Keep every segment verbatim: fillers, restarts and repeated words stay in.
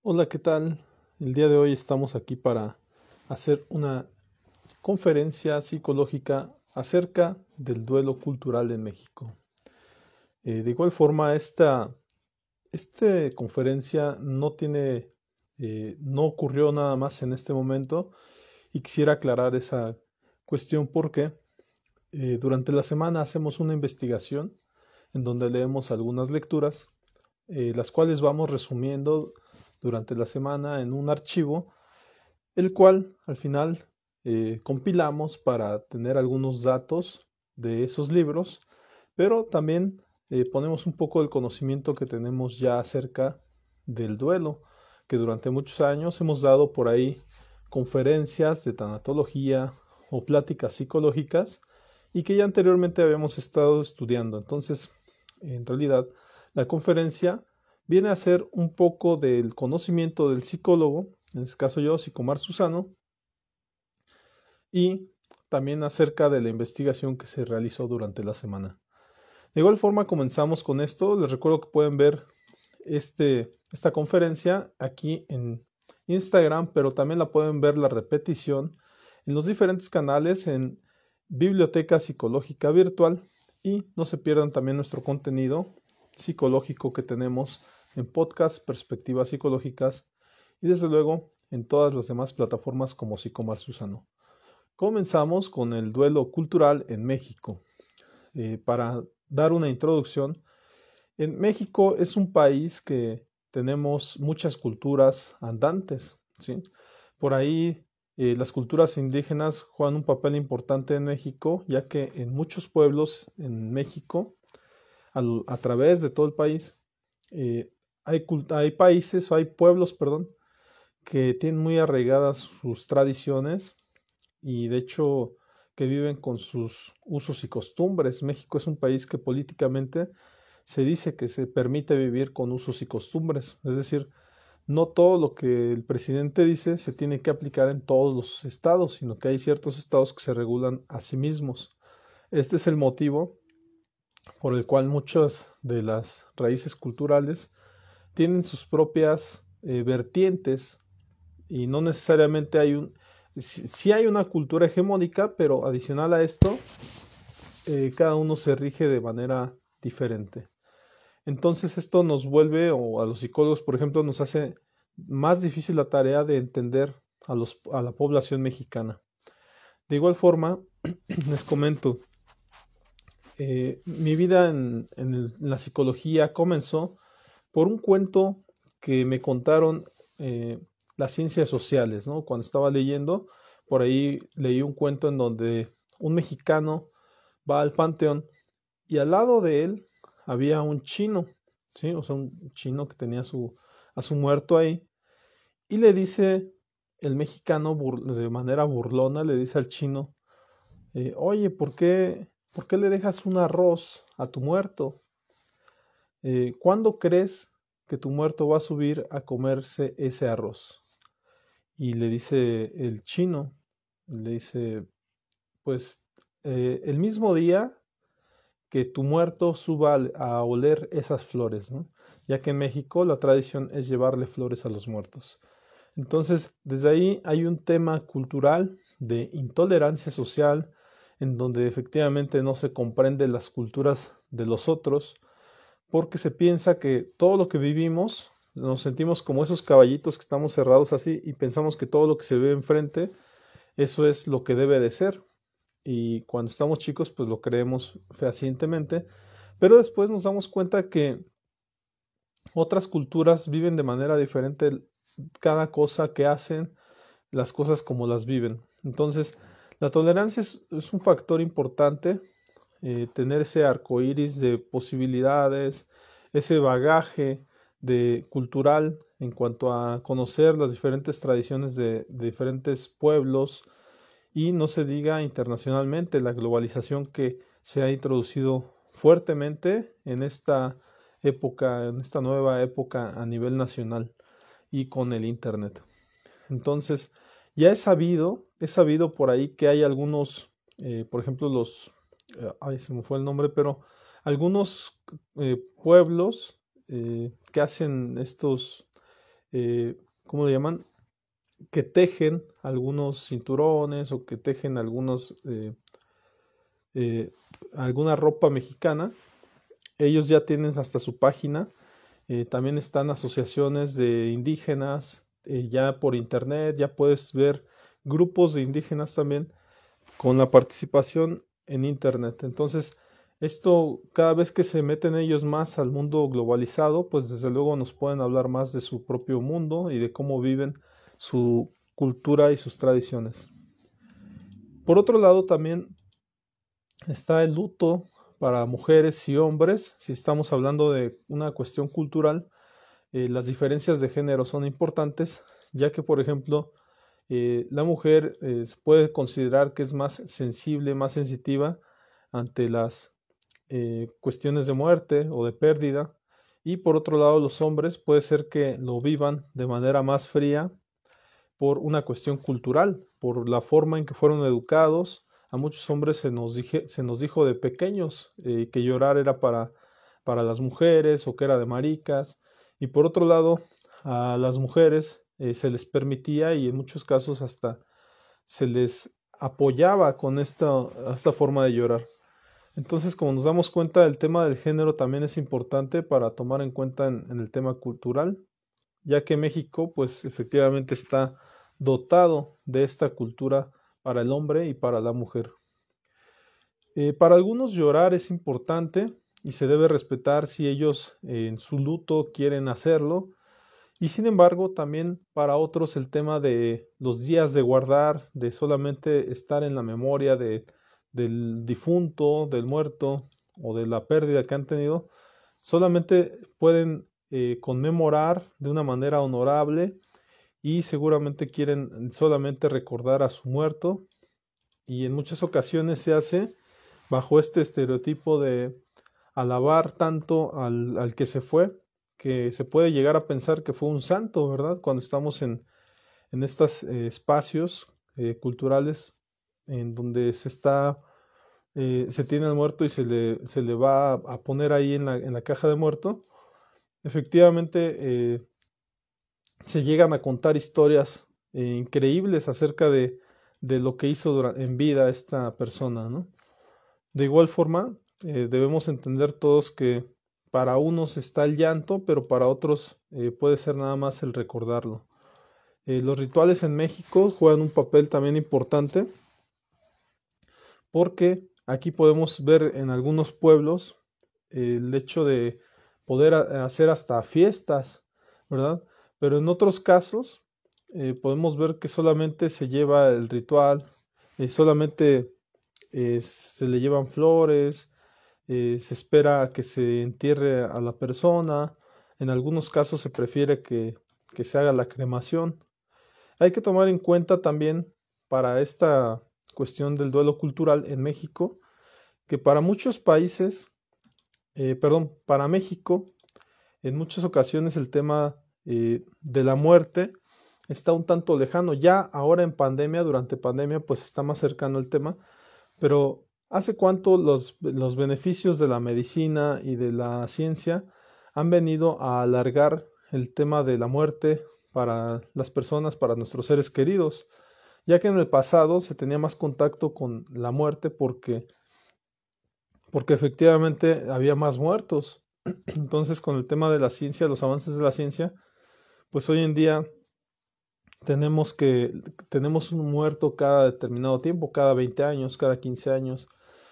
Hola, ¿qué tal? El día de hoy estamos aquí para hacer una conferencia psicológica acerca del duelo cultural en México. Eh, de igual forma, esta, esta conferencia no tiene, eh, no ocurrió nada más en este momento y quisiera aclarar esa cuestión porque eh, durante la semana hacemos una investigación en donde leemos algunas lecturas, eh, las cuales vamos resumiendo durante la semana en un archivo el cual al final eh, compilamos para tener algunos datos de esos libros, pero también eh, ponemos un poco el conocimiento que tenemos ya acerca del duelo, que durante muchos años hemos dado por ahí conferencias de tanatología o pláticas psicológicas y que ya anteriormente habíamos estado estudiando. Entonces, en realidad, la conferencia viene a ser un poco del conocimiento del psicólogo, en este caso yo, Psicomar Susano, y también acerca de la investigación que se realizó durante la semana. De igual forma comenzamos con esto. Les recuerdo que pueden ver este, esta conferencia aquí en Instagram, pero también la pueden ver la repetición en los diferentes canales en Biblioteca Psicológica Virtual, y no se pierdan también nuestro contenido psicológico que tenemos en podcast Perspectivas Psicológicas y desde luego en todas las demás plataformas como Psicomar Susano. Comenzamos con el duelo cultural en México. Eh, para dar una introducción, en México es un país que tenemos muchas culturas andantes, ¿sí? Por ahí eh, las culturas indígenas juegan un papel importante en México, ya que en muchos pueblos en México, al, a través de todo el país, eh, hay, hay países, o hay pueblos, perdón, que tienen muy arraigadas sus tradiciones y de hecho que viven con sus usos y costumbres. México es un país que políticamente se dice que se permite vivir con usos y costumbres, es decir, no todo lo que el presidente dice se tiene que aplicar en todos los estados, sino que hay ciertos estados que se regulan a sí mismos. Este es el motivo por el cual muchas de las raíces culturales tienen sus propias eh, vertientes y no necesariamente hay un... Sí, sí hay una cultura hegemónica, pero adicional a esto, eh, cada uno se rige de manera diferente. Entonces esto nos vuelve, o a los psicólogos, por ejemplo, nos hace más difícil la tarea de entender a, los, a la población mexicana. De igual forma, les comento, eh, mi vida en, en, el, en, la psicología comenzó por un cuento que me contaron eh, las ciencias sociales, ¿no? Cuando estaba leyendo, por ahí leí un cuento en donde un mexicano va al panteón y al lado de él había un chino, ¿sí? O sea, un chino que tenía su, a su muerto ahí, y le dice el mexicano de manera burlona, le dice al chino, eh, oye, ¿por qué, ¿por qué le dejas un arroz a tu muerto? Eh, ¿Cuándo crees que tu muerto va a subir a comerse ese arroz? Y le dice el chino, le dice, pues eh, el mismo día que tu muerto suba a oler esas flores, ¿no? Ya que en México la tradición es llevarle flores a los muertos. Entonces, desde ahí hay un tema cultural de intolerancia social, en donde efectivamente no se comprenden las culturas de los otros, porque se piensa que todo lo que vivimos, nos sentimos como esos caballitos que estamos cerrados así y pensamos que todo lo que se ve enfrente, eso es lo que debe de ser. Y cuando estamos chicos, pues lo creemos fehacientemente, pero después nos damos cuenta que otras culturas viven de manera diferente cada cosa que hacen, las cosas como las viven. Entonces, la tolerancia es, es un factor importante, eh, tener ese arco iris de posibilidades, ese bagaje de cultural en cuanto a conocer las diferentes tradiciones de, de diferentes pueblos, y no se diga internacionalmente la globalización que se ha introducido fuertemente en esta época, en esta nueva época a nivel nacional y con el internet. Entonces, ya he sabido, he sabido por ahí que hay algunos, eh, por ejemplo, los, eh, ay, se me fue el nombre, pero algunos eh, pueblos eh, que hacen estos eh, ¿cómo le llaman? Que tejen algunos cinturones o que tejen algunos, eh, eh, alguna ropa mexicana. Ellos ya tienen hasta su página. Eh, también están asociaciones de indígenas, eh, ya por internet, ya puedes ver grupos de indígenas también con la participación en internet. Entonces, esto cada vez que se meten ellos más al mundo globalizado, pues desde luego nos pueden hablar más de su propio mundo y de cómo viven su cultura y sus tradiciones. Por otro lado, también está el luto para mujeres y hombres. Si estamos hablando de una cuestión cultural, eh, las diferencias de género son importantes, ya que, por ejemplo, eh, la mujer eh, se puede considerar que es más sensible, más sensitiva ante las eh, cuestiones de muerte o de pérdida, y por otro lado los hombres puede ser que lo vivan de manera más fría por una cuestión cultural, por la forma en que fueron educados. A muchos hombres se nos, dije, se nos dijo de pequeños eh, que llorar era para, para las mujeres o que era de maricas, y por otro lado a las mujeres eh, se les permitía y en muchos casos hasta se les apoyaba con esta, esta forma de llorar. Entonces, como nos damos cuenta, el tema del género también es importante para tomar en cuenta en, en el tema cultural, ya que México, pues efectivamente está dotado de esta cultura para el hombre y para la mujer. Eh, para algunos llorar es importante y se debe respetar si ellos eh, en su luto quieren hacerlo, y sin embargo también para otros el tema de los días de guardar, de solamente estar en la memoria de, del difunto, del muerto o de la pérdida que han tenido, solamente pueden eh, conmemorar de una manera honorable y seguramente quieren solamente recordar a su muerto, y en muchas ocasiones se hace bajo este estereotipo de alabar tanto al, al que se fue, que se puede llegar a pensar que fue un santo, ¿verdad? Cuando estamos en, en estos eh, espacios eh, culturales en donde se está, eh, se tiene al muerto y se le, se le va a, a poner ahí en la, en la caja de muerto, efectivamente eh, se llegan a contar historias eh, increíbles acerca de, de lo que hizo dura- en vida esta persona, ¿no? De igual forma, eh, debemos entender todos que para unos está el llanto, pero para otros eh, puede ser nada más el recordarlo. Eh, los rituales en México juegan un papel también importante porque aquí podemos ver en algunos pueblos eh, el hecho de poder a- hacer hasta fiestas, ¿verdad? Pero en otros casos eh, podemos ver que solamente se lleva el ritual, eh, solamente eh, se le llevan flores, eh, se espera a que se entierre a la persona, en algunos casos se prefiere que, que se haga la cremación. Hay que tomar en cuenta también para esta cuestión del duelo cultural en México, que para muchos países, eh, perdón, para México, en muchas ocasiones el tema eh, de la muerte está un tanto lejano. Ya ahora en pandemia, durante pandemia, pues está más cercano el tema, pero ¿hace cuánto los, los beneficios de la medicina y de la ciencia han venido a alargar el tema de la muerte para las personas, para nuestros seres queridos? Ya que en el pasado se tenía más contacto con la muerte porque, porque efectivamente había más muertos. Entonces, con el tema de la ciencia, los avances de la ciencia, pues hoy en día tenemos que tenemos un muerto cada determinado tiempo, cada veinte años, cada quince años.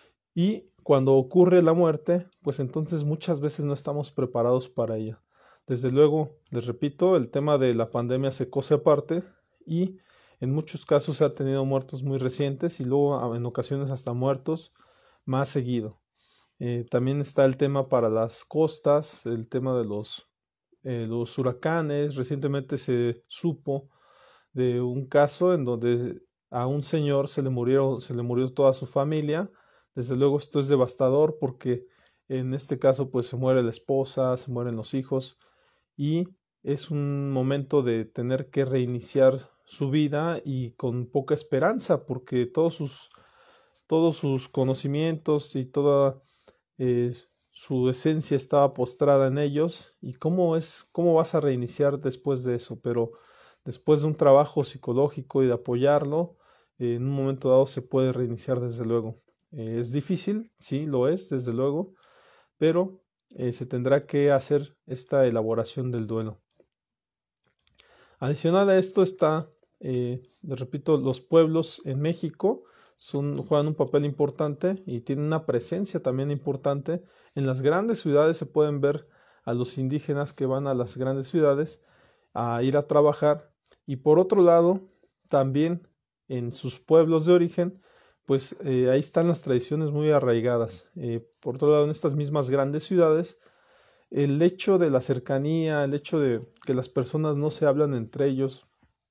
Y cuando ocurre la muerte, pues entonces muchas veces no estamos preparados para ella. Desde luego, les repito, el tema de la pandemia se cose aparte y en muchos casos se ha tenido muertos muy recientes y luego en ocasiones hasta muertos más seguido. Eh, también está el tema para las costas, el tema de los, eh, los huracanes. Recientemente se supo de un caso en donde a un señor se le murió, se le murió toda su familia. Desde luego esto es devastador porque en este caso pues se muere la esposa, se mueren los hijos y es un momento de tener que reiniciar su vida y con poca esperanza porque todos sus, todos sus conocimientos y toda eh, su esencia estaba postrada en ellos y cómo es, cómo vas a reiniciar después de eso, pero después de un trabajo psicológico y de apoyarlo, eh, en un momento dado se puede reiniciar desde luego. Eh, es difícil, sí, lo es, desde luego, pero eh, se tendrá que hacer esta elaboración del duelo. Adicional a esto está, eh, les repito, los pueblos en México son, juegan un papel importante y tienen una presencia también importante. En las grandes ciudades se pueden ver a los indígenas que van a las grandes ciudades a ir a trabajar, y por otro lado, también en sus pueblos de origen, pues eh, ahí están las tradiciones muy arraigadas. Eh, por otro lado, en estas mismas grandes ciudades, el hecho de la cercanía, el hecho de que las personas no se hablan entre ellos,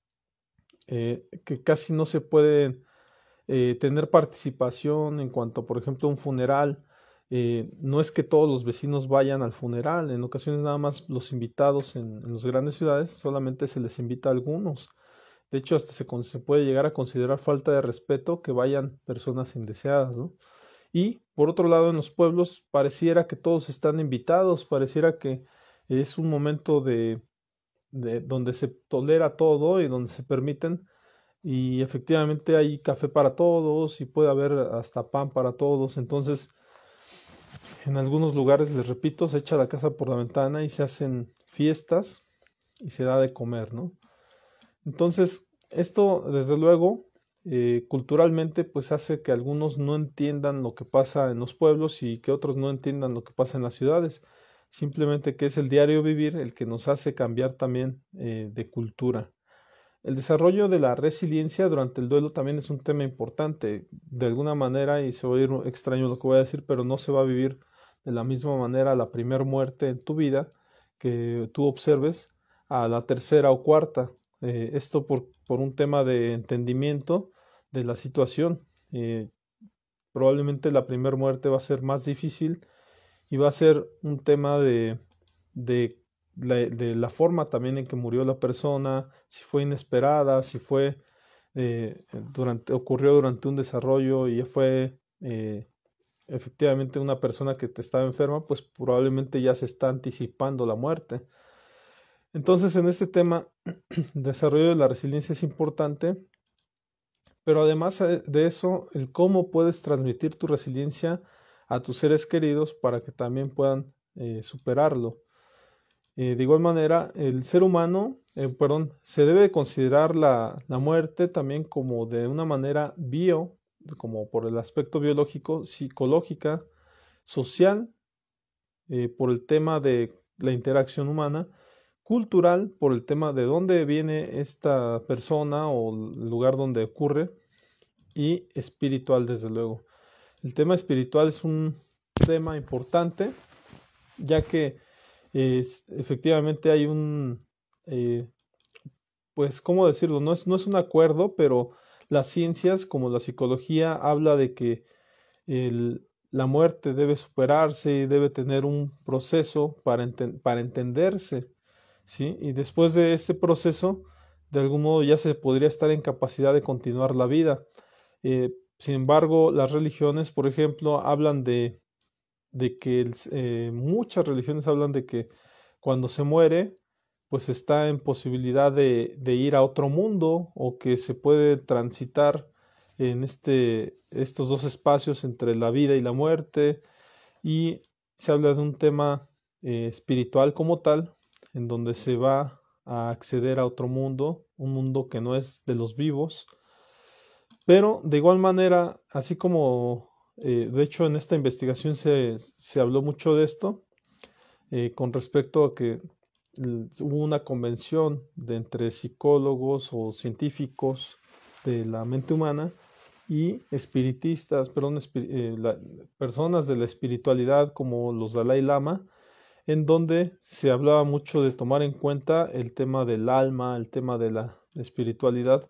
eh, que casi no se pueden eh, tener participación en cuanto, por ejemplo, a un funeral. Eh, no es que todos los vecinos vayan al funeral, en ocasiones nada más los invitados en, en las grandes ciudades solamente se les invita a algunos. De hecho, hasta se, se puede llegar a considerar falta de respeto que vayan personas indeseadas, ¿no? Y por otro lado, en los pueblos pareciera que todos están invitados, pareciera que es un momento de, de donde se tolera todo y donde se permiten, y efectivamente hay café para todos y puede haber hasta pan para todos. Entonces, en algunos lugares, les repito, se echa la casa por la ventana y se hacen fiestas y se da de comer, ¿no? Entonces, esto desde luego eh, culturalmente pues hace que algunos no entiendan lo que pasa en los pueblos y que otros no entiendan lo que pasa en las ciudades. Simplemente que es el diario vivir el que nos hace cambiar también eh, de cultura. El desarrollo de la resiliencia durante el duelo también es un tema importante. De alguna manera, y se va a ir extraño lo que voy a decir, pero no se va a vivir de la misma manera la primera muerte en tu vida que tú observes a la tercera o cuarta. Eh, esto por, por un tema de entendimiento de la situación. Eh, probablemente la primera muerte va a ser más difícil y va a ser un tema de, de, la, de la forma también en que murió la persona, si fue inesperada, si fue eh, durante, ocurrió durante un desarrollo y ya fue eh, efectivamente una persona que te estaba enferma, pues probablemente ya se está anticipando la muerte. Entonces, en este tema, el desarrollo de la resiliencia es importante, pero además de eso, el cómo puedes transmitir tu resiliencia a tus seres queridos para que también puedan eh, superarlo. Eh, de igual manera, el ser humano, eh, perdón, se debe considerar la, la muerte también como de una manera bio, como por el aspecto biológico, psicológica, social, eh, por el tema de la interacción humana, cultural, por el tema de dónde viene esta persona o el lugar donde ocurre, y espiritual, desde luego. El tema espiritual es un tema importante, ya que eh, efectivamente hay un, eh, pues, ¿cómo decirlo? No es, no es un acuerdo, pero las ciencias, como la psicología, habla de que el, la muerte debe superarse y debe tener un proceso para, enten para entenderse, ¿sí? Y después de este proceso, de algún modo ya se podría estar en capacidad de continuar la vida. Eh, sin embargo, las religiones, por ejemplo, hablan de, de que el, eh, muchas religiones hablan de que cuando se muere, pues está en posibilidad de, de ir a otro mundo, o que se puede transitar en este, estos dos espacios entre la vida y la muerte, y se habla de un tema eh, espiritual como tal, en donde se va a acceder a otro mundo, un mundo que no es de los vivos. Pero de igual manera, así como eh, de hecho en esta investigación se, se habló mucho de esto, eh, con respecto a que hubo una convención de entre psicólogos o científicos de la mente humana y espiritistas, perdón, espir eh, la, personas de la espiritualidad como los Dalai Lama, en donde se hablaba mucho de tomar en cuenta el tema del alma, el tema de la espiritualidad,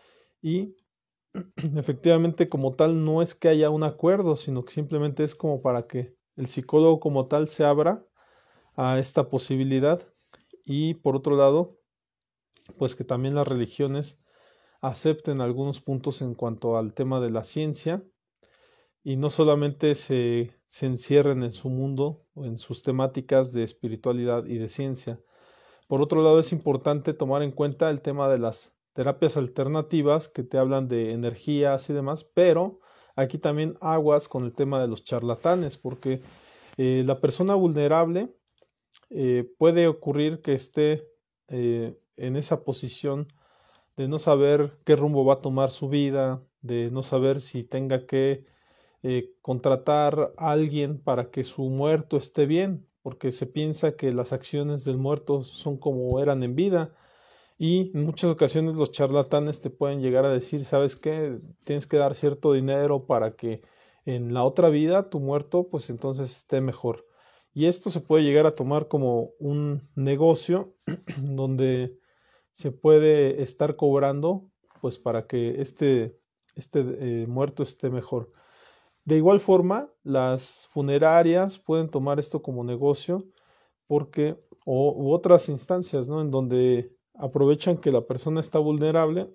y efectivamente como tal no es que haya un acuerdo, sino que simplemente es como para que el psicólogo como tal se abra a esta posibilidad, y por otro lado, pues que también las religiones acepten algunos puntos en cuanto al tema de la ciencia, y no solamente se, se encierren en su mundo o en sus temáticas de espiritualidad y de ciencia. Por otro lado, es importante tomar en cuenta el tema de las terapias alternativas que te hablan de energías y demás, pero aquí también aguas con el tema de los charlatanes, porque eh, la persona vulnerable eh, puede ocurrir que esté eh, en esa posición de no saber qué rumbo va a tomar su vida, de no saber si tenga que eh, contratar a alguien para que su muerto esté bien, porque se piensa que las acciones del muerto son como eran en vida, y en muchas ocasiones los charlatanes te pueden llegar a decir, ¿sabes qué? Tienes que dar cierto dinero para que en la otra vida tu muerto pues entonces esté mejor. Y esto se puede llegar a tomar como un negocio donde se puede estar cobrando pues para que este, este eh, muerto esté mejor. De igual forma, las funerarias pueden tomar esto como negocio porque, o, u otras instancias, ¿no? En donde aprovechan que la persona está vulnerable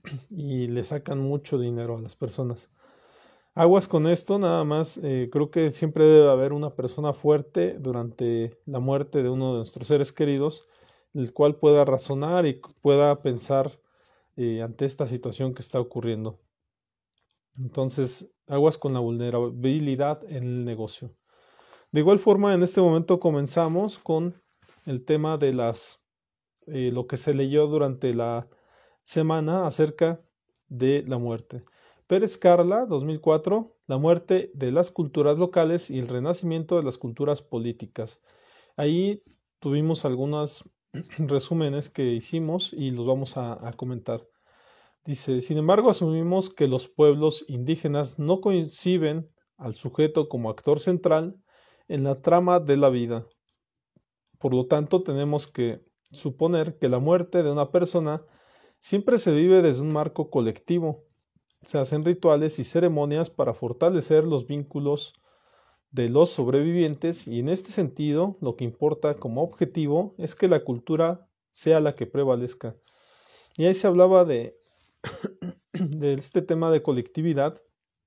y le sacan mucho dinero a las personas. Aguas con esto, nada más, eh, creo que siempre debe haber una persona fuerte durante la muerte de uno de nuestros seres queridos, el cual pueda razonar y pueda pensar eh, ante esta situación que está ocurriendo. Entonces, aguas con la vulnerabilidad en el negocio. De igual forma, en este momento comenzamos con el tema de las eh, lo que se leyó durante la semana acerca de la muerte. Pérez Carla, dos mil cuatro, La muerte de las culturas locales y el renacimiento de las culturas políticas. Ahí tuvimos algunos resúmenes que hicimos y los vamos a, a comentar. Dice, sin embargo, asumimos que los pueblos indígenas no conciben al sujeto como actor central en la trama de la vida. Por lo tanto, tenemos que suponer que la muerte de una persona siempre se vive desde un marco colectivo. Se hacen rituales y ceremonias para fortalecer los vínculos de los sobrevivientes y en este sentido lo que importa como objetivo es que la cultura sea la que prevalezca. Y ahí se hablaba de, de este tema de colectividad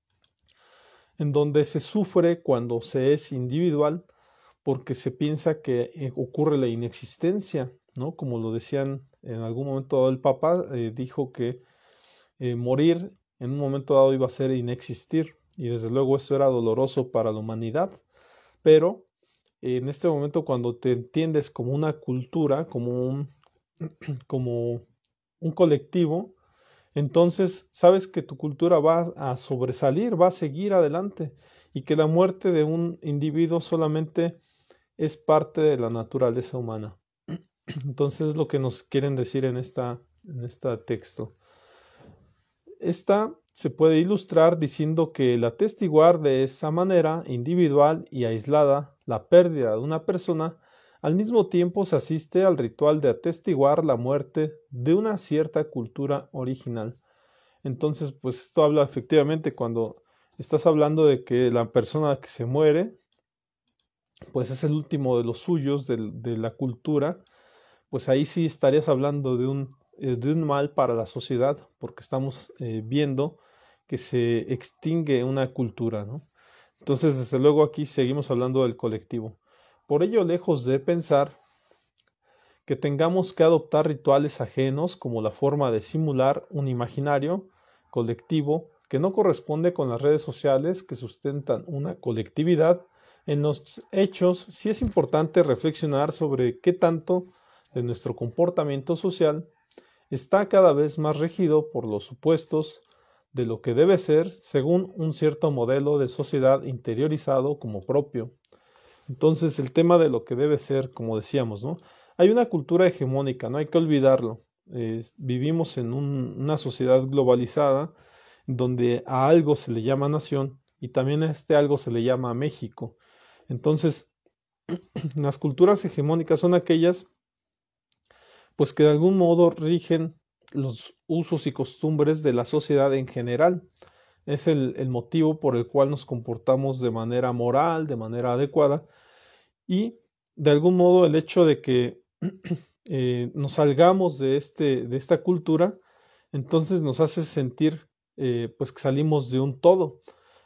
en donde se sufre cuando se es individual porque se piensa que eh, ocurre la inexistencia, ¿no? Como lo decían en algún momento dado el Papa, eh, dijo que eh, morir en un momento dado iba a ser inexistir, y desde luego eso era doloroso para la humanidad, pero eh, en este momento cuando te entiendes como una cultura, como un, como un colectivo, entonces sabes que tu cultura va a sobresalir, va a seguir adelante, y que la muerte de un individuo solamente es parte de la naturaleza humana. Entonces es lo que nos quieren decir en esta, en este texto. Esta se puede ilustrar diciendo que el atestiguar de esa manera individual y aislada la pérdida de una persona, al mismo tiempo se asiste al ritual de atestiguar la muerte de una cierta cultura original. Entonces, pues esto habla efectivamente cuando estás hablando de que la persona que se muere, pues es el último de los suyos, de, de la cultura, pues ahí sí estarías hablando de un, eh, de un mal para la sociedad, porque estamos eh, viendo que se extingue una cultura, ¿no? Entonces, desde luego aquí seguimos hablando del colectivo. Por ello, lejos de pensar que tengamos que adoptar rituales ajenos como la forma de simular un imaginario colectivo que no corresponde con las redes sociales que sustentan una colectividad, en los hechos sí es importante reflexionar sobre qué tanto de nuestro comportamiento social está cada vez más regido por los supuestos de lo que debe ser según un cierto modelo de sociedad interiorizado como propio. Entonces, el tema de lo que debe ser, como decíamos, ¿no? Hay una cultura hegemónica, no hay que olvidarlo. Eh, vivimos en un, una sociedad globalizada donde a algo se le llama nación y también a este algo se le llama México. Entonces, las culturas hegemónicas son aquellas pues que de algún modo rigen los usos y costumbres de la sociedad en general. Es el, el motivo por el cual nos comportamos de manera moral, de manera adecuada, y de algún modo el hecho de que eh, nos salgamos de, este, de esta cultura, entonces nos hace sentir eh, pues que salimos de un todo.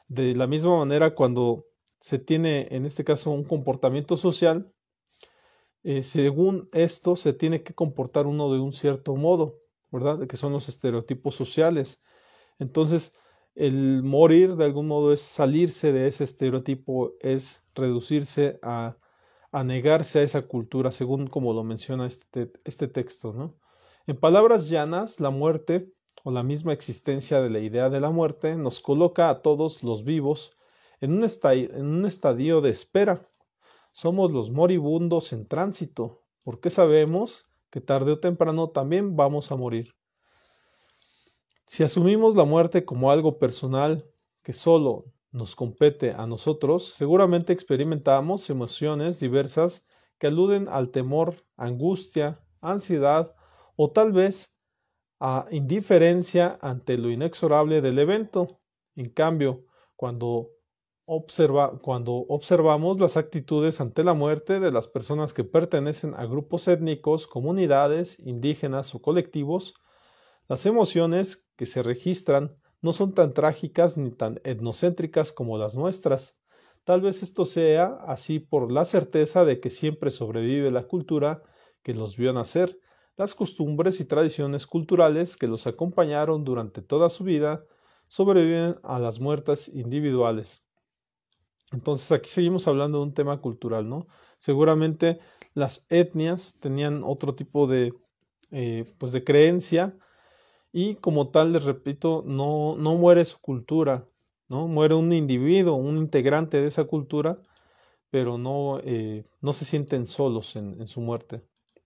De la misma manera, cuando se tiene, en este caso, un comportamiento social, eh, según esto se tiene que comportar uno de un cierto modo, ¿verdad? Que son los estereotipos sociales. Entonces, el morir de algún modo es salirse de ese estereotipo, es reducirse a, a negarse a esa cultura, según como lo menciona este, este texto, ¿no? En palabras llanas, la muerte o la misma existencia de la idea de la muerte nos coloca a todos los vivos en un, en un estadio de espera. Somos los moribundos en tránsito, porque sabemos que tarde o temprano también vamos a morir. Si asumimos la muerte como algo personal que solo nos compete a nosotros, seguramente experimentamos emociones diversas que aluden al temor, angustia, ansiedad o tal vez a indiferencia ante lo inexorable del evento. En cambio, cuando, observa, cuando observamos las actitudes ante la muerte de las personas que pertenecen a grupos étnicos, comunidades, indígenas o colectivos, las emociones que se registran no son tan trágicas ni tan etnocéntricas como las nuestras. Tal vez esto sea así por la certeza de que siempre sobrevive la cultura que los vio nacer, las costumbres y tradiciones culturales que los acompañaron durante toda su vida sobreviven a las muertes individuales. Entonces aquí seguimos hablando de un tema cultural, ¿no? Seguramente las etnias tenían otro tipo de, eh, pues de creencia y como tal, les repito, no, no muere su cultura, ¿no? Muere un individuo, un integrante de esa cultura, pero no, eh, no se sienten solos en, en su muerte.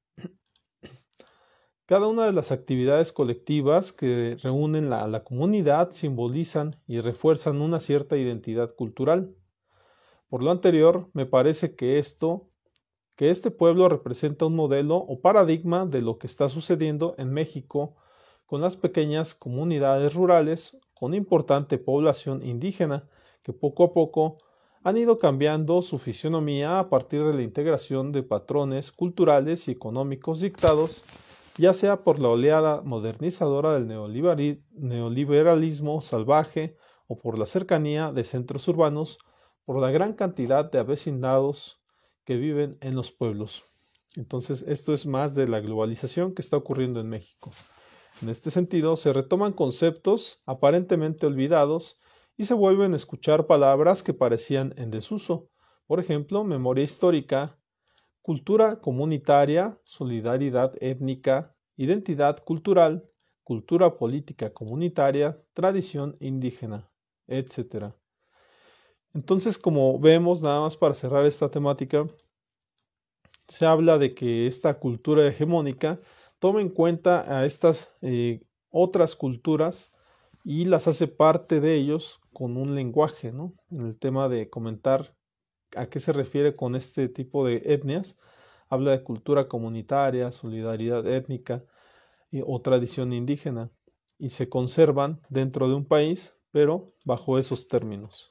Cada una de las actividades colectivas que reúnen a la, la comunidad simbolizan y refuerzan una cierta identidad cultural. Por lo anterior, me parece que esto, que este pueblo representa un modelo o paradigma de lo que está sucediendo en México con las pequeñas comunidades rurales con importante población indígena que poco a poco han ido cambiando su fisionomía a partir de la integración de patrones culturales y económicos dictados ya sea por la oleada modernizadora del neoliberalismo salvaje o por la cercanía de centros urbanos, por la gran cantidad de avecindados que viven en los pueblos. Entonces, esto es más de la globalización que está ocurriendo en México. En este sentido, se retoman conceptos aparentemente olvidados y se vuelven a escuchar palabras que parecían en desuso. Por ejemplo, memoria histórica, cultura comunitaria, solidaridad étnica, identidad cultural, cultura política comunitaria, tradición indígena, etcétera. Entonces, como vemos, nada más para cerrar esta temática, se habla de que esta cultura hegemónica toma en cuenta a estas eh, otras culturas y las hace parte de ellos con un lenguaje, ¿no? En el tema de comentar a qué se refiere con este tipo de etnias, habla de cultura comunitaria, solidaridad étnica y, o tradición indígena, y se conservan dentro de un país, pero bajo esos términos.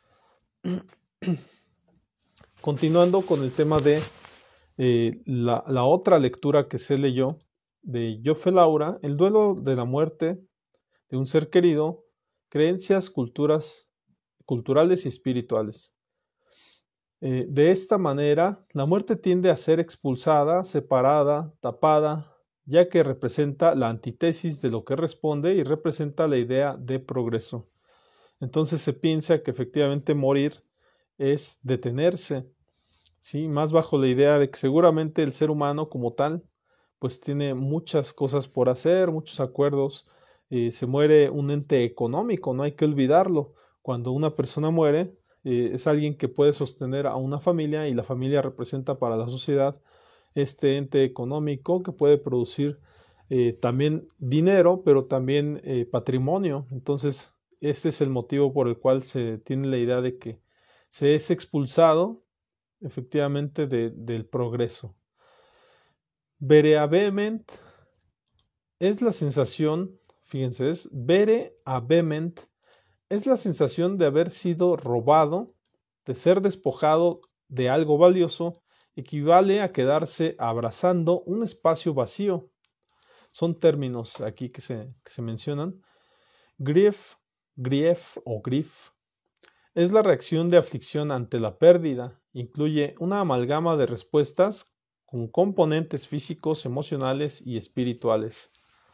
Continuando con el tema de eh, la, la otra lectura que se leyó de Joffe Laura, el duelo de la muerte de un ser querido, creencias, culturas, culturales y espirituales. Eh, de esta manera, la muerte tiende a ser expulsada, separada, tapada, ya que representa la antítesis de lo que responde y representa la idea de progreso. Entonces se piensa que efectivamente morir es detenerse, ¿sí? Más bajo la idea de que seguramente el ser humano como tal, pues tiene muchas cosas por hacer, muchos acuerdos, eh, se muere un ente económico, no hay que olvidarlo. Cuando una persona muere, eh, es alguien que puede sostener a una familia y la familia representa para la sociedad este ente económico que puede producir eh, también dinero, pero también eh, patrimonio. Entonces, este es el motivo por el cual se tiene la idea de que se es expulsado efectivamente de, del progreso. Vereavement es la sensación, fíjense, es vereavement, es la sensación de haber sido robado, de ser despojado de algo valioso, equivale a quedarse abrazando un espacio vacío. Son términos aquí que se, que se mencionan. Grief, grief o grief Es la reacción de aflicción ante la pérdida. Incluye una amalgama de respuestas con componentes físicos, emocionales y espirituales.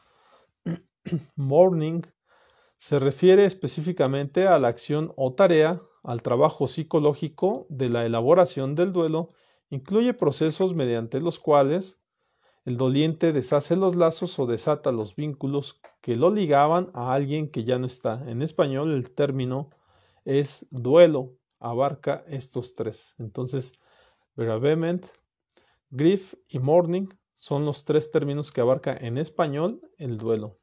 Mourning se refiere específicamente a la acción o tarea, al trabajo psicológico de la elaboración del duelo. Incluye procesos mediante los cuales el doliente deshace los lazos o desata los vínculos que lo ligaban a alguien que ya no está. En español el término es duelo, abarca estos tres. Entonces, bereavement, grief y mourning son los tres términos que abarca en español el duelo.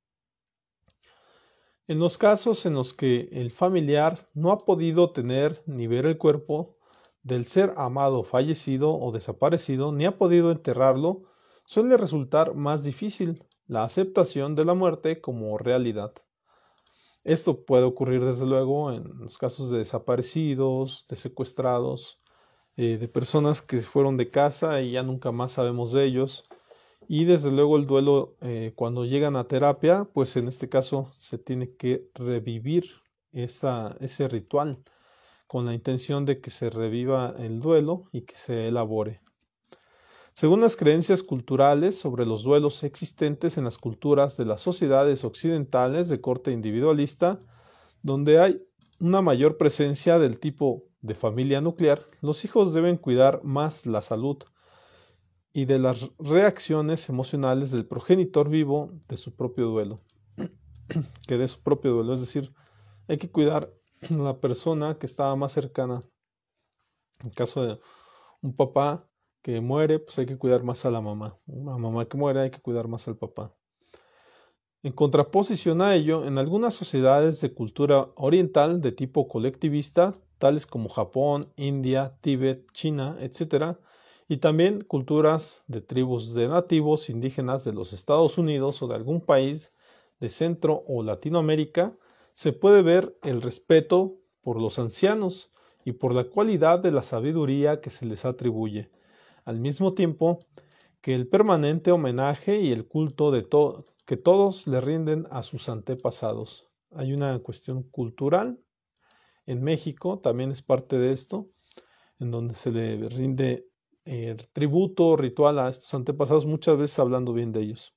En los casos en los que el familiar no ha podido tener ni ver el cuerpo del ser amado fallecido o desaparecido, ni ha podido enterrarlo, suele resultar más difícil la aceptación de la muerte como realidad. Esto puede ocurrir desde luego en los casos de desaparecidos, de secuestrados, eh, de personas que fueron de casa y ya nunca más sabemos de ellos. Y desde luego el duelo, eh, cuando llegan a terapia, pues en este caso se tiene que revivir esa, ese ritual con la intención de que se reviva el duelo y que se elabore. Según las creencias culturales sobre los duelos existentes en las culturas de las sociedades occidentales de corte individualista, donde hay una mayor presencia del tipo de familia nuclear, los hijos deben cuidar más la salud y de las reacciones emocionales del progenitor vivo de su propio duelo, que de su propio duelo, es decir, hay que cuidar a la persona que estaba más cercana. En caso de un papá que muere, pues hay que cuidar más a la mamá. Una mamá que muere, hay que cuidar más al papá. En contraposición a ello, en algunas sociedades de cultura oriental de tipo colectivista, tales como Japón, India, Tíbet, China, etcétera, y también culturas de tribus de nativos indígenas de los Estados Unidos o de algún país de Centro o Latinoamérica, se puede ver el respeto por los ancianos y por la cualidad de la sabiduría que se les atribuye, al mismo tiempo que el permanente homenaje y el culto de to- que todos le rinden a sus antepasados. Hay una cuestión cultural en México, también es parte de esto, en donde se le rinde eh, tributo ritual a estos antepasados, muchas veces hablando bien de ellos.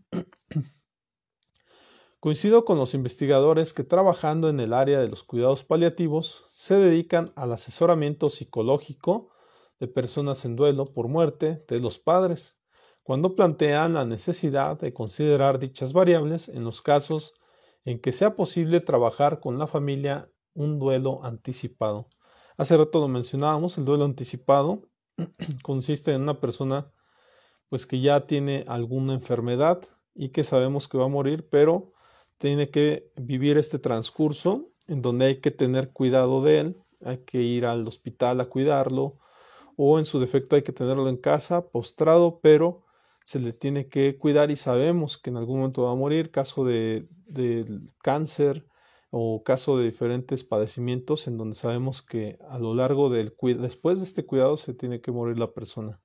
Coincido con los investigadores que trabajando en el área de los cuidados paliativos se dedican al asesoramiento psicológico de personas en duelo por muerte de los padres, cuando plantean la necesidad de considerar dichas variables en los casos en que sea posible trabajar con la familia un duelo anticipado. Hace rato lo mencionábamos, el duelo anticipado consiste en una persona pues que ya tiene alguna enfermedad y que sabemos que va a morir, pero tiene que vivir este transcurso en donde hay que tener cuidado de él, hay que ir al hospital a cuidarlo o en su defecto hay que tenerlo en casa postrado, pero se le tiene que cuidar y sabemos que en algún momento va a morir, caso de, de cáncer o caso de diferentes padecimientos en donde sabemos que a lo largo del después de este cuidado se tiene que morir la persona.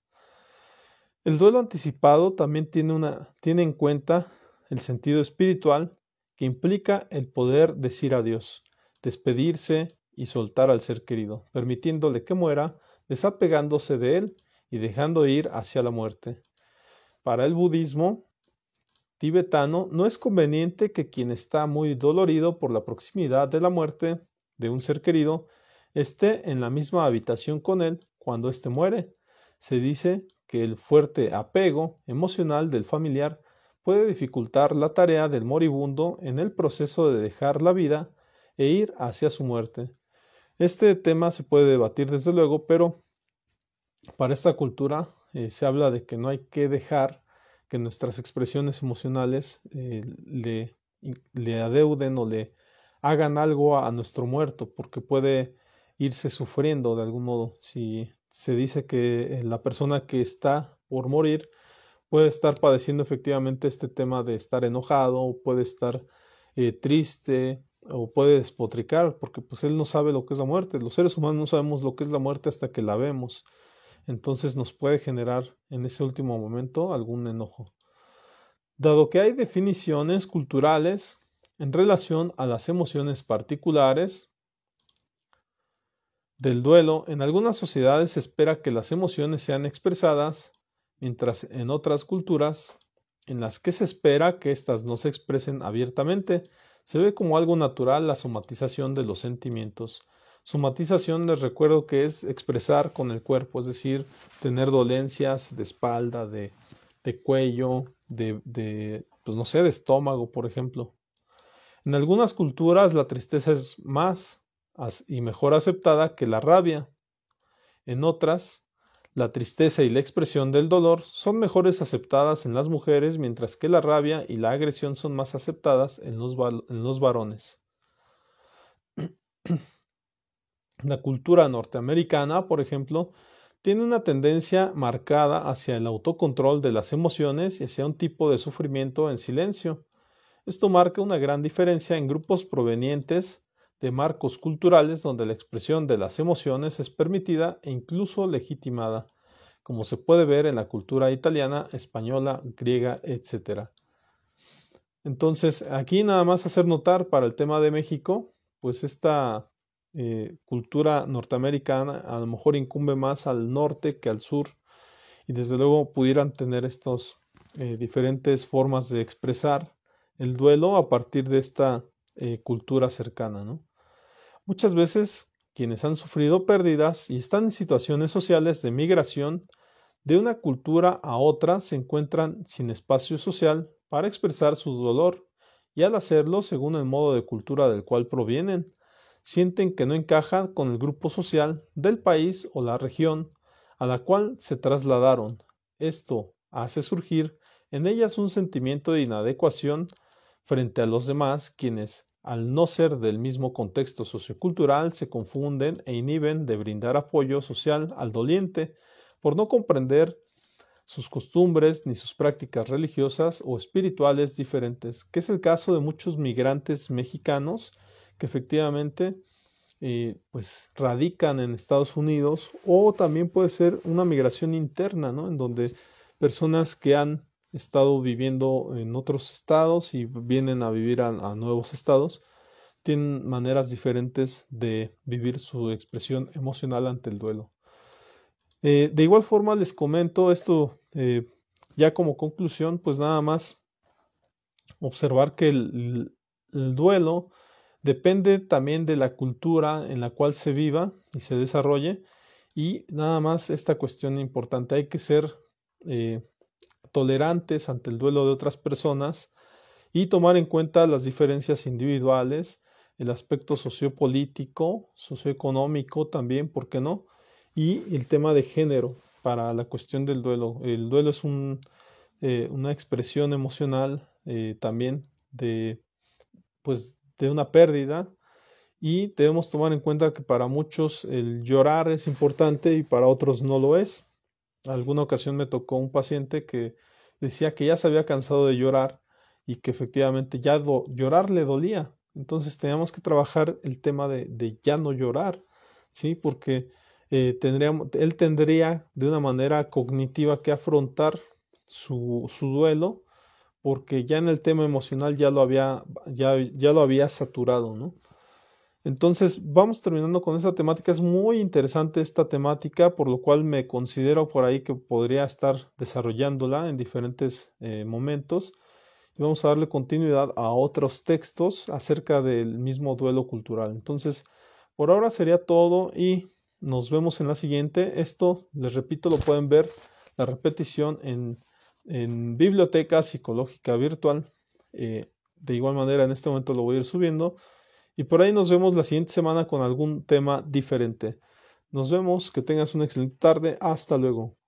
El duelo anticipado también tiene, una, tiene en cuenta el sentido espiritual que implica el poder decir adiós, despedirse y soltar al ser querido, permitiéndole que muera, desapegándose de él y dejando ir hacia la muerte. Para el budismo tibetano no es conveniente que quien está muy dolorido por la proximidad de la muerte de un ser querido esté en la misma habitación con él cuando éste muere. Se dice que el fuerte apego emocional del familiar puede dificultar la tarea del moribundo en el proceso de dejar la vida e ir hacia su muerte. Este tema se puede debatir desde luego, pero para esta cultura eh, se habla de que no hay que dejar que nuestras expresiones emocionales eh, le, le adeuden o le hagan algo a, a nuestro muerto, porque puede irse sufriendo de algún modo. Si se dice que la persona que está por morir puede estar padeciendo efectivamente este tema de estar enojado, puede estar eh, triste o puede despotricar, porque pues él no sabe lo que es la muerte. Los seres humanos no sabemos lo que es la muerte hasta que la vemos. Entonces nos puede generar en ese último momento algún enojo. Dado que hay definiciones culturales en relación a las emociones particulares, del duelo, en algunas sociedades se espera que las emociones sean expresadas, mientras en otras culturas, en las que se espera que éstas no se expresen abiertamente, se ve como algo natural la somatización de los sentimientos. Somatización, les recuerdo que es expresar con el cuerpo, es decir, tener dolencias de espalda, de, de cuello, de, de, pues no sé, de estómago, por ejemplo. En algunas culturas la tristeza es más y mejor aceptada que la rabia. En otras, la tristeza y la expresión del dolor son mejores aceptadas en las mujeres, mientras que la rabia y la agresión son más aceptadas en los, en los varones. La cultura norteamericana, por ejemplo, tiene una tendencia marcada hacia el autocontrol de las emociones y hacia un tipo de sufrimiento en silencio. Esto marca una gran diferencia en grupos provenientes de marcos culturales donde la expresión de las emociones es permitida e incluso legitimada, como se puede ver en la cultura italiana, española, griega, etcétera. Entonces, aquí nada más hacer notar para el tema de México, pues esta eh, cultura norteamericana a lo mejor incumbe más al norte que al sur, y desde luego pudieran tener estas eh, diferentes formas de expresar el duelo a partir de esta eh, cultura cercana, ¿no? Muchas veces quienes han sufrido pérdidas y están en situaciones sociales de migración de una cultura a otra se encuentran sin espacio social para expresar su dolor y al hacerlo según el modo de cultura del cual provienen, sienten que no encajan con el grupo social del país o la región a la cual se trasladaron. Esto hace surgir en ellas un sentimiento de inadecuación frente a los demás, quienes, al no ser del mismo contexto sociocultural, se confunden e inhiben de brindar apoyo social al doliente por no comprender sus costumbres ni sus prácticas religiosas o espirituales diferentes, que es el caso de muchos migrantes mexicanos que efectivamente eh, pues radican en Estados Unidos, o también puede ser una migración interna, ¿no? En donde personas que han estado viviendo en otros estados y vienen a vivir a, a nuevos estados, tienen maneras diferentes de vivir su expresión emocional ante el duelo. Eh, de igual forma les comento esto eh, ya como conclusión, pues nada más observar que el, el duelo depende también de la cultura en la cual se viva y se desarrolle, y nada más esta cuestión importante, hay que ser eh, tolerantes ante el duelo de otras personas y tomar en cuenta las diferencias individuales, el aspecto sociopolítico, socioeconómico también, ¿por qué no? Y el tema de género para la cuestión del duelo. El duelo es un, eh, una expresión emocional eh, también de, pues, de una pérdida, y debemos tomar en cuenta que para muchos el llorar es importante y para otros no lo es. Alguna ocasión me tocó un paciente que decía que ya se había cansado de llorar y que efectivamente ya do, llorar le dolía. Entonces teníamos que trabajar el tema de, de ya no llorar, ¿sí? Porque eh, tendríamos, él tendría de una manera cognitiva que afrontar su, su duelo, porque ya en el tema emocional ya lo había, ya, ya lo había saturado, ¿no? Entonces vamos terminando con esta temática. Es muy interesante esta temática, por lo cual me considero por ahí que podría estar desarrollándola en diferentes eh, momentos. Y vamos a darle continuidad a otros textos acerca del mismo duelo cultural. Entonces, por ahora sería todo y nos vemos en la siguiente. Esto, les repito, lo pueden ver la repetición en, en Biblioteca Psicológica Virtual. Eh, de igual manera, en este momento lo voy a ir subiendo. Y por ahí nos vemos la siguiente semana con algún tema diferente. Nos vemos, que tengas una excelente tarde. Hasta luego.